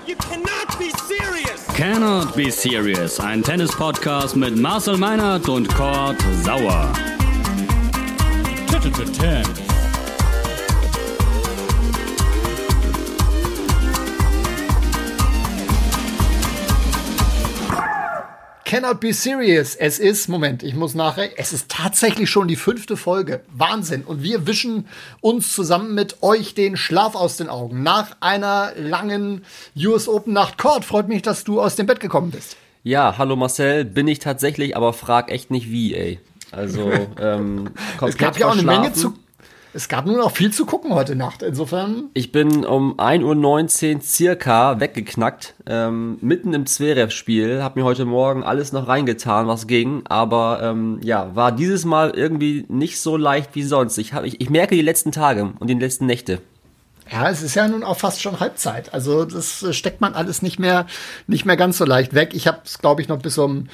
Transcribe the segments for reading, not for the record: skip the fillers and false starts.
You cannot be serious! Cannot Be Serious, ein Tennis-Podcast mit Marcel Meinert und Kurt Sauer. Cannot Be Serious. Es ist tatsächlich schon die 5. Folge. Wahnsinn. Und wir wischen uns zusammen mit euch den Schlaf aus den Augen. Nach einer langen US Open Nacht. Kurt, freut mich, dass du aus dem Bett gekommen bist. Ja, hallo Marcel, bin ich tatsächch, aber frag echt nicht wie, ey. Also, komplett Es gab ja auch eine verschlafen. Menge Es gab nun auch viel zu gucken heute Nacht. Insofern. Ich bin um 1:19 Uhr circa weggeknackt, mitten im Zverev-Spiel, hab mir heute Morgen alles noch reingetan, was ging, aber war dieses Mal irgendwie nicht so leicht wie sonst. Ich merke die letzten Tage und die letzten Nächte. Ja, es ist ja nun auch fast schon Halbzeit. Also das steckt man alles nicht mehr ganz so leicht weg. Ich habe es, glaube ich, noch bis um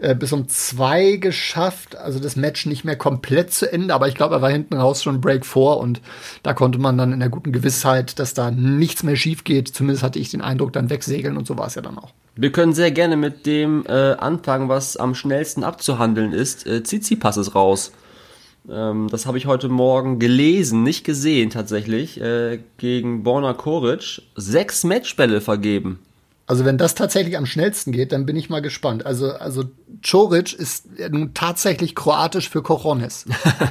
2 geschafft. Also das Match nicht mehr komplett zu Ende. Aber ich glaube, er war hinten raus schon Break 4. Und da konnte man dann in der guten Gewissheit, dass da nichts mehr schief geht. Zumindest hatte ich den Eindruck, dann wegsegeln. Und so war es ja dann auch. Wir können sehr gerne mit dem anfangen, was am schnellsten abzuhandeln ist. Tsitsipas ist raus. Das habe ich heute Morgen gelesen, nicht gesehen tatsächlich, gegen Borna Coric 6 Matchbälle vergeben. Also wenn das tatsächlich am schnellsten geht, dann bin ich mal gespannt. Also Coric ist nun tatsächlich kroatisch für Cojones.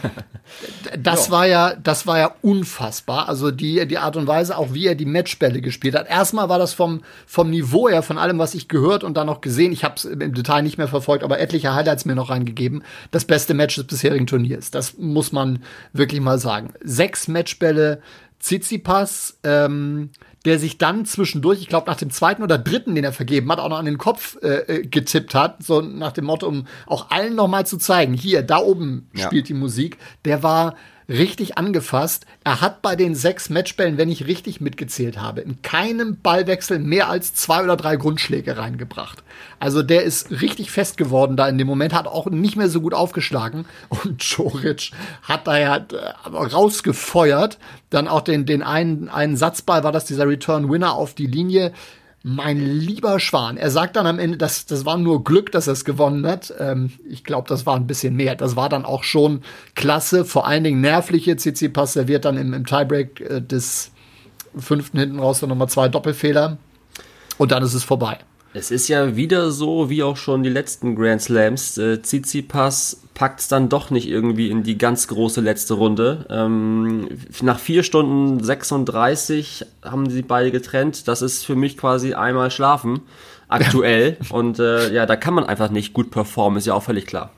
Das war ja unfassbar. Also die Art und Weise, auch wie er die Matchbälle gespielt hat. Erstmal war das vom Niveau her, von allem, was ich gehört und dann noch gesehen, ich habe es im Detail nicht mehr verfolgt, aber etliche Highlights mir noch reingegeben, das beste Match des bisherigen Turniers. Das muss man wirklich mal sagen. 6 Matchbälle, Tsitsipas, der sich dann zwischendurch, ich glaube nach dem 2. oder 3., den er vergeben hat, auch noch an den Kopf getippt hat, so nach dem Motto, um auch allen noch mal zu zeigen, hier, da oben spielt die Musik, der war richtig angefasst. Er hat bei den 6 Matchbällen, wenn ich richtig mitgezählt habe, in keinem Ballwechsel mehr als 2 oder 3 Grundschläge reingebracht. Also der ist richtig fest geworden da in dem Moment, hat auch nicht mehr so gut aufgeschlagen. Und Coric hat da ja rausgefeuert. Dann auch den einen Satzball war das, dieser Return-Winner auf die Linie. Mein lieber Schwan. Er sagt dann am Ende, das war nur Glück, dass er es gewonnen hat. Ich glaube, das war ein bisschen mehr. Das war dann auch schon klasse. Vor allen Dingen nervliche. Tsitsipas serviert dann im Tiebreak des 5. hinten raus dann nochmal 2 Doppelfehler. Und dann ist es vorbei. Es ist ja wieder so, wie auch schon die letzten Grand Slams. Tsitsipas packt es dann doch nicht irgendwie in die ganz große letzte Runde. Nach 4 Stunden 36 haben sie beide getrennt. Das ist für mich quasi einmal schlafen, aktuell. Und da kann man einfach nicht gut performen, ist ja auch völlig klar.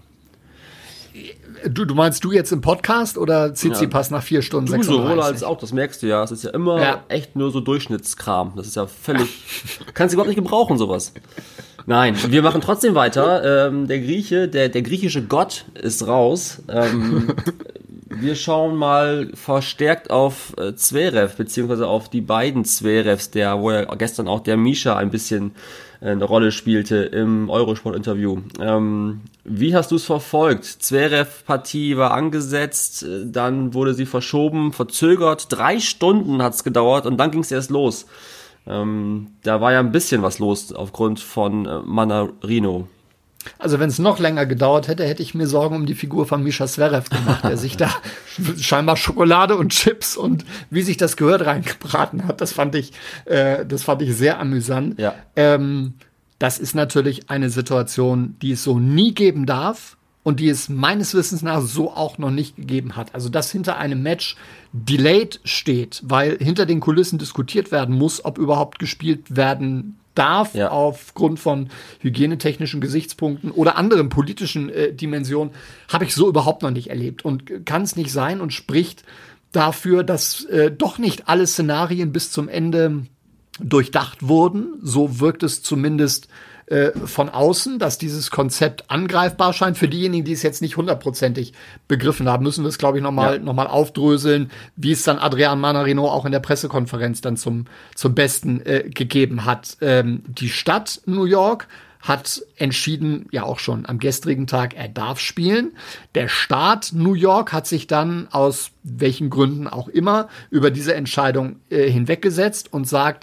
Du meinst du jetzt im Podcast oder Tsitsipas nach 4 Stunden 36? Sowohl als auch, das merkst du ja. Es ist ja immer echt nur so Durchschnittskram. Das ist ja völlig, kannst du überhaupt nicht gebrauchen, sowas. Nein, wir machen trotzdem weiter. Der griechische Gott ist raus. Wir schauen mal verstärkt auf Zverev, beziehungsweise auf die beiden Zverevs, wo ja gestern auch der Mischa ein bisschen eine Rolle spielte im Eurosport-Interview. Wie hast du es verfolgt? Zverev-Partie war angesetzt, dann wurde sie verschoben, verzögert. 3 Stunden hat es gedauert und dann ging es erst los. Da war ja ein bisschen was los aufgrund von Mannarino. Also wenn es noch länger gedauert hätte, hätte ich mir Sorgen um die Figur von Mischa Zverev gemacht, der sich da scheinbar Schokolade und Chips und wie sich das gehört reingebraten hat. Das fand ich sehr amüsant. Ja. Das ist natürlich eine Situation, die es so nie geben darf und die es meines Wissens nach so auch noch nicht gegeben hat. Also dass hinter einem Match delayed steht, weil hinter den Kulissen diskutiert werden muss, ob überhaupt gespielt werden darf, aufgrund von hygienetechnischen Gesichtspunkten oder anderen politischen Dimensionen, habe ich so überhaupt noch nicht erlebt und kann es nicht sein und spricht dafür, dass doch nicht alle Szenarien bis zum Ende durchdacht wurden. So wirkt es zumindest von außen, dass dieses Konzept angreifbar scheint. Für diejenigen, die es jetzt nicht 100%ig begriffen haben, müssen wir es, glaube ich, noch mal aufdröseln, wie es dann Adrian Mannarino auch in der Pressekonferenz dann zum Besten gegeben hat. Die Stadt New York hat entschieden, ja auch schon am gestrigen Tag, er darf spielen. Der Staat New York hat sich dann aus welchen Gründen auch immer über diese Entscheidung hinweggesetzt und sagt,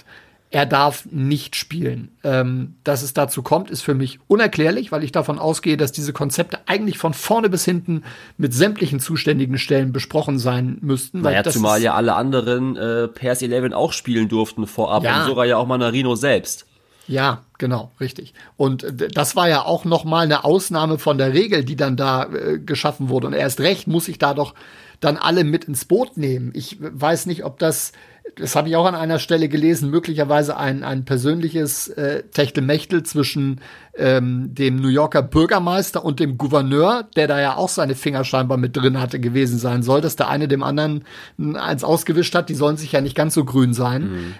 er darf nicht spielen. Dass es dazu kommt, ist für mich unerklärlich, weil ich davon ausgehe, dass diese Konzepte eigentlich von vorne bis hinten mit sämtlichen zuständigen Stellen besprochen sein müssten. Naja, zumal ja alle anderen Pairs 11 auch spielen durften vorab und sogar ja auch Manarino selbst. Ja, genau, richtig. Und das war ja auch noch mal eine Ausnahme von der Regel, die dann da geschaffen wurde. Und erst recht muss ich da doch dann alle mit ins Boot nehmen. Ich weiß nicht, ob das habe ich auch an einer Stelle gelesen, möglicherweise ein persönliches Techtelmechtel zwischen dem New Yorker Bürgermeister und dem Gouverneur, der da ja auch seine Finger scheinbar mit drin hatte gewesen sein soll, dass der eine dem anderen eins ausgewischt hat. Die sollen sich ja nicht ganz so grün sein.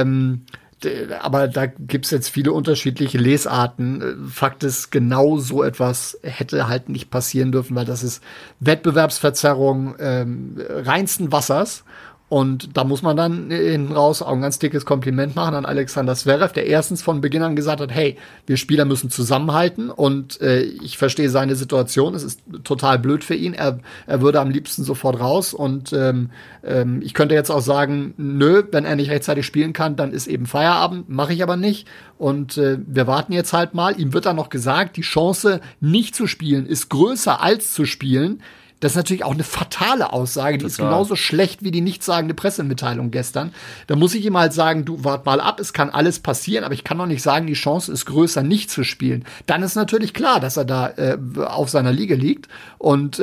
Aber da gibt's jetzt viele unterschiedliche Lesarten. Fakt ist, genau so etwas hätte halt nicht passieren dürfen, weil das ist Wettbewerbsverzerrung reinsten Wassers. Und da muss man dann hinten raus auch ein ganz dickes Kompliment machen an Alexander Zverev, der erstens von Beginn an gesagt hat, hey, wir Spieler müssen zusammenhalten und ich verstehe seine Situation, es ist total blöd für ihn, er würde am liebsten sofort raus und ich könnte jetzt auch sagen, nö, wenn er nicht rechtzeitig spielen kann, dann ist eben Feierabend, mache ich aber nicht und wir warten jetzt halt mal. Ihm wird dann noch gesagt, die Chance nicht zu spielen ist größer als zu spielen. Das ist natürlich auch eine fatale Aussage, die ist genauso schlecht wie die nichtssagende Pressemitteilung gestern. Da muss ich ihm halt sagen, du wart mal ab, es kann alles passieren, aber ich kann doch nicht sagen, die Chance ist größer, nicht zu spielen. Dann ist natürlich klar, dass er da auf seiner Liege liegt und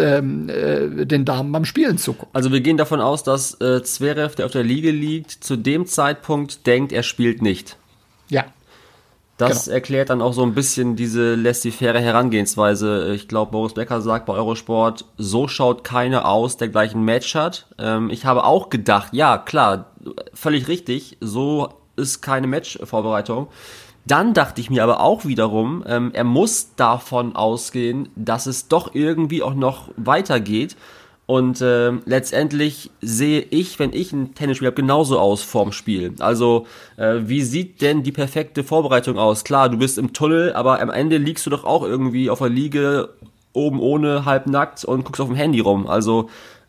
den Damen beim Spielen zuguckt. Also wir gehen davon aus, dass Zverev, der auf der Liege liegt, zu dem Zeitpunkt denkt, er spielt nicht. Ja. Das erklärt dann auch so ein bisschen diese laissez-faire Herangehensweise. Ich glaube, Boris Becker sagt bei Eurosport, so schaut keiner aus, der gleich ein Match hat. Ich habe auch gedacht, ja klar, völlig richtig, so ist keine Matchvorbereitung. Dann dachte ich mir aber auch wiederum, er muss davon ausgehen, dass es doch irgendwie auch noch weitergeht. Und letztendlich sehe ich, wenn ich ein Tennisspiel habe, genauso aus vorm Spiel. Also wie sieht denn die perfekte Vorbereitung aus? Klar, du bist im Tunnel, aber am Ende liegst du doch auch irgendwie auf der Liege, oben ohne, halbnackt und guckst auf dem Handy rum. Also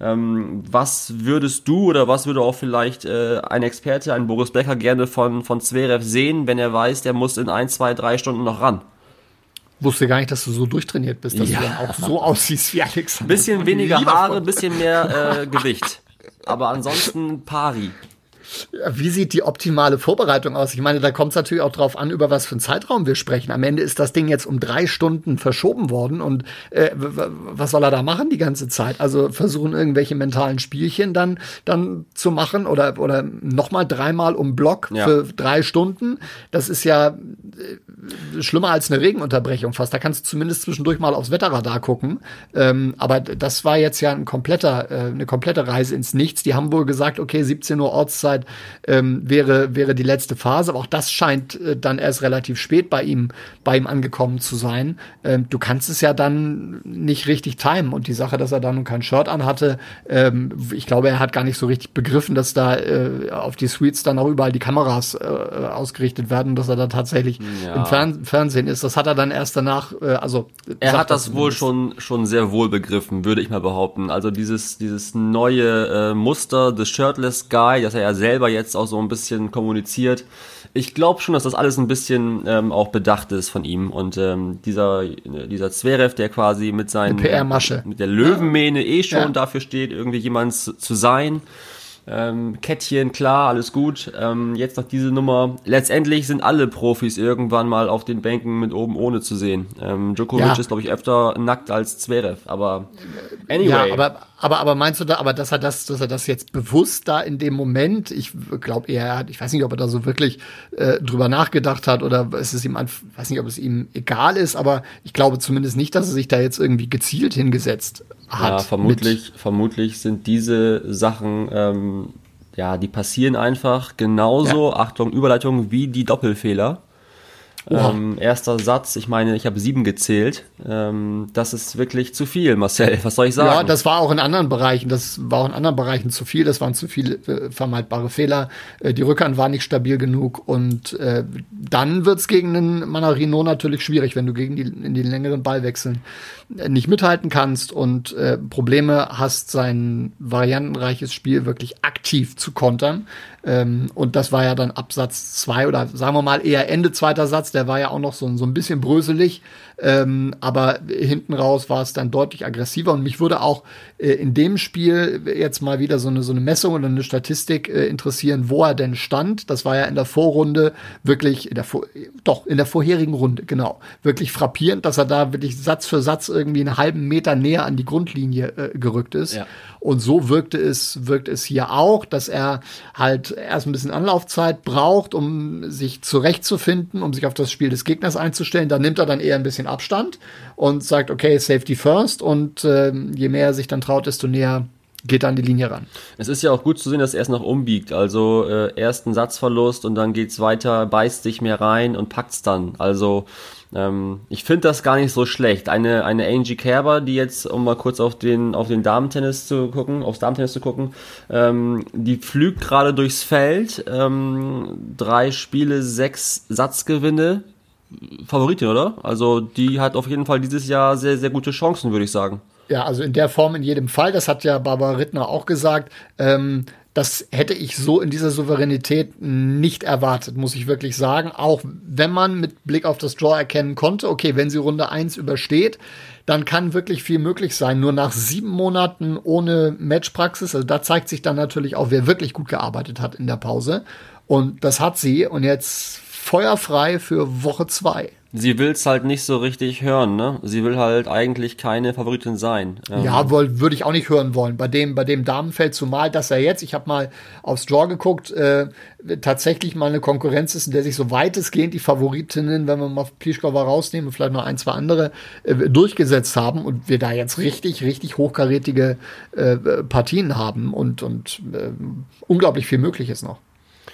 was würdest du oder was würde auch vielleicht ein Experte, ein Boris Becker gerne von Zverev sehen, wenn er weiß, der muss in 1, 2, 3 Stunden noch ran? Wusste gar nicht, dass du so durchtrainiert bist, dass du dann auch so aussiehst wie Alexander. Bisschen weniger Haare, bisschen mehr Gewicht. Aber ansonsten pari. Wie sieht die optimale Vorbereitung aus? Ich meine, da kommt es natürlich auch drauf an, über was für einen Zeitraum wir sprechen. Am Ende ist das Ding jetzt um 3 Stunden verschoben worden und was soll er da machen die ganze Zeit? Also versuchen irgendwelche mentalen Spielchen dann zu machen oder nochmal 3-mal um Block für 3 Stunden. Das ist ja schlimmer als eine Regenunterbrechung fast. Da kannst du zumindest zwischendurch mal aufs Wetterradar gucken. Aber das war jetzt ja eine komplette Reise ins Nichts. Die haben wohl gesagt, okay, 17 Uhr Ortszeit wäre die letzte Phase, aber auch das scheint dann erst relativ spät bei ihm angekommen zu sein. Du kannst es ja dann nicht richtig timen und die Sache, dass er da nun kein Shirt anhatte, ich glaube, er hat gar nicht so richtig begriffen, dass da auf die Suites dann auch überall die Kameras ausgerichtet werden, dass er da tatsächlich im Fernsehen ist. Das hat er dann erst danach, er hat das wohl schon sehr wohl begriffen, würde ich mal behaupten. Also dieses neue Muster des Shirtless Guy, das er ja selber jetzt auch so ein bisschen kommuniziert. Ich glaube schon, dass das alles ein bisschen auch bedacht ist von ihm. Und dieser Zverev, der quasi mit seinen mit der Löwenmähne schon dafür steht, irgendwie jemand zu sein. Kettchen, klar, alles gut. Jetzt noch diese Nummer. Letztendlich sind alle Profis irgendwann mal auf den Bänken mit oben ohne zu sehen. Djokovic ist, glaube ich, öfter nackt als Zverev, aber anyway. Ja, aber meinst du da, dass er das jetzt bewusst da in dem Moment, ich glaube eher, ich weiß nicht, ob er da so wirklich drüber nachgedacht hat oder ist es ihm, weiß nicht, ob es ihm egal ist, aber ich glaube zumindest nicht, dass er sich da jetzt irgendwie gezielt hingesetzt hat. Ja, vermutlich sind diese Sachen, die passieren einfach genauso, Achtung, Überleitung, wie die Doppelfehler. Erster Satz, ich meine, ich habe 7 gezählt. Das ist wirklich zu viel, Marcel. Was soll ich sagen? Ja, das war auch in anderen Bereichen. Zu viel. Das waren zu viele vermeidbare Fehler. Die Rückhand war nicht stabil genug. Und dann wird's gegen einen Manarino natürlich schwierig, wenn du in den längeren Ballwechseln nicht mithalten kannst und Probleme hast, sein variantenreiches Spiel wirklich aktiv zu kontern. Und das war ja dann ab Satz 2 oder sagen wir mal eher Ende zweiter Satz, der war ja auch noch so ein bisschen bröselig, aber hinten raus war es dann deutlich aggressiver und mich würde auch in dem Spiel jetzt mal wieder so eine Messung oder eine Statistik interessieren, wo er denn stand. Das war ja in der Vorrunde wirklich, in der vorherigen Runde, genau, wirklich frappierend, dass er da wirklich Satz für Satz irgendwie einen halben Meter näher an die Grundlinie gerückt ist. Ja. Und so wirkt es hier auch, dass er halt erst ein bisschen Anlaufzeit braucht, um sich zurechtzufinden, um sich auf das Spiel des Gegners einzustellen. Da nimmt er dann eher ein bisschen Abstand und sagt, okay, Safety first. Und je mehr er sich dann traut, desto näher geht er an die Linie ran. Es ist ja auch gut zu sehen, dass er erst noch umbiegt. Also erst ein Satzverlust und dann geht's weiter, beißt sich mehr rein und packt's dann. Also ich finde das gar nicht so schlecht. Eine Angie Kerber, die jetzt, um mal kurz auf aufs Damen-Tennis zu gucken, die pflügt gerade durchs Feld. 3 Spiele, 6 Satzgewinne. Favoritin, oder? Also die hat auf jeden Fall dieses Jahr sehr, sehr gute Chancen, würde ich sagen. Ja, also in der Form in jedem Fall. Das hat ja Barbara Rittner auch gesagt. Das hätte ich so in dieser Souveränität nicht erwartet, muss ich wirklich sagen. Auch wenn man mit Blick auf das Draw erkennen konnte, okay, wenn sie Runde 1 übersteht, dann kann wirklich viel möglich sein. Nur nach 7 Monaten ohne Matchpraxis, also da zeigt sich dann natürlich auch, wer wirklich gut gearbeitet hat in der Pause. Und das hat sie. Und jetzt feuerfrei für Woche 2. Sie will's halt nicht so richtig hören, ne? Sie will halt eigentlich keine Favoritin sein. Ja, würde ich auch nicht hören wollen. Bei dem Damenfeld, zumal dass er jetzt, ich habe mal aufs Draw geguckt, tatsächlich mal eine Konkurrenz ist, in der sich so weitestgehend die Favoritinnen, wenn wir mal Pliskova rausnehmen und vielleicht noch 1, 2 andere, durchgesetzt haben und wir da jetzt richtig, richtig hochkarätige Partien haben und unglaublich viel möglich ist noch.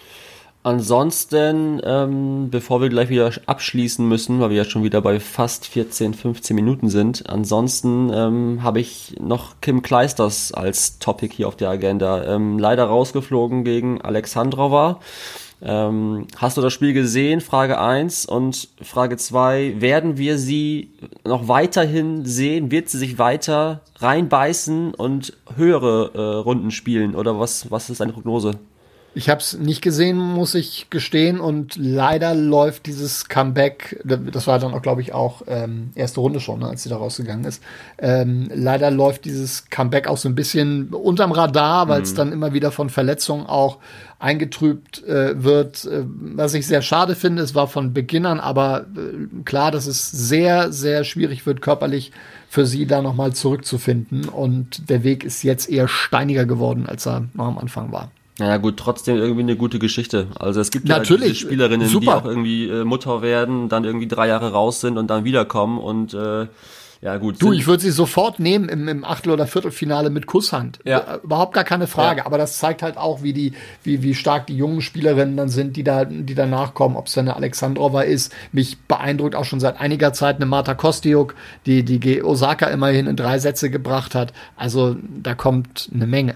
Ansonsten, bevor wir gleich wieder abschließen müssen, weil wir ja schon wieder bei fast 14, 15 Minuten sind, ansonsten habe ich noch Kim Clijsters als Topic hier auf der Agenda. Leider rausgeflogen gegen Alexandrova. Hast du das Spiel gesehen? Frage 1 und Frage 2, werden wir sie noch weiterhin sehen? Wird sie sich weiter reinbeißen und höhere Runden spielen? Oder was ist deine Prognose? Ich habe es nicht gesehen, muss ich gestehen, und leider läuft dieses Comeback, das war dann auch, glaube ich, auch erste Runde schon, ne, als sie da rausgegangen ist, leider läuft dieses Comeback auch so ein bisschen unterm Radar, weil es dann immer wieder von Verletzungen auch eingetrübt wird, was ich sehr schade finde. Es war von Beginn an aber klar, dass es sehr, sehr schwierig wird, körperlich für sie da nochmal zurückzufinden, und der Weg ist jetzt eher steiniger geworden, als er noch am Anfang war. Naja gut, trotzdem irgendwie eine gute Geschichte. Also es gibt ja diese Spielerinnen, super, die auch irgendwie Mutter werden, dann irgendwie 3 Jahre raus sind und dann wiederkommen und ja gut. Du, ich würde sie sofort nehmen im Achtel- oder Viertelfinale mit Kusshand. Ja. Überhaupt gar keine Frage. Ja. Aber das zeigt halt auch, wie stark die jungen Spielerinnen dann sind, die danach kommen. Ob es eine Alexandrova ist. Mich beeindruckt auch schon seit einiger Zeit eine Marta Kostyuk, die Osaka immerhin in 3 Sätze gebracht hat. Also da kommt eine Menge.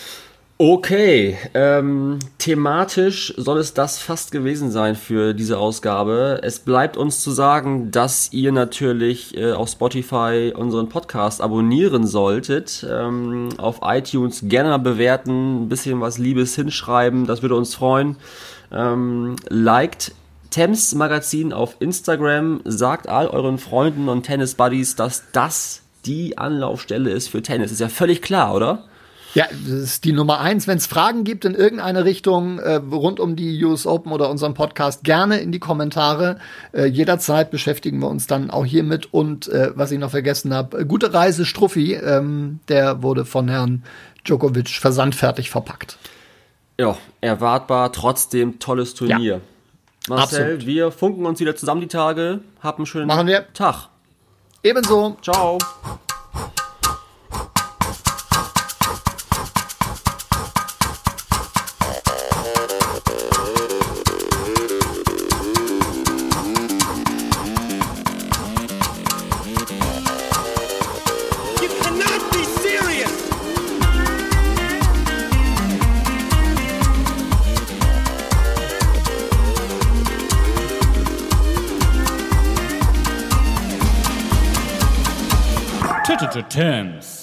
Okay, thematisch soll es das fast gewesen sein für diese Ausgabe. Es bleibt uns zu sagen, dass ihr natürlich auf Spotify unseren Podcast abonnieren solltet, auf iTunes gerne mal bewerten, ein bisschen was Liebes hinschreiben, das würde uns freuen. Liked Tems Magazin auf Instagram, sagt all euren Freunden und Tennis-Buddies, dass das die Anlaufstelle ist für Tennis. Ist ja völlig klar, oder? Ja, das ist die Nummer 1. Wenn es Fragen gibt in irgendeine Richtung rund um die US Open oder unseren Podcast, gerne in die Kommentare. Jederzeit beschäftigen wir uns dann auch hiermit. Und was ich noch vergessen habe, gute Reise Struffi, der wurde von Herrn Djokovic versandfertig verpackt. Ja, erwartbar, trotzdem tolles Turnier. Ja, Marcel, absolut. Wir funken uns wieder zusammen die Tage. Hab einen schönen Tag. Ebenso. Ciao. Thames.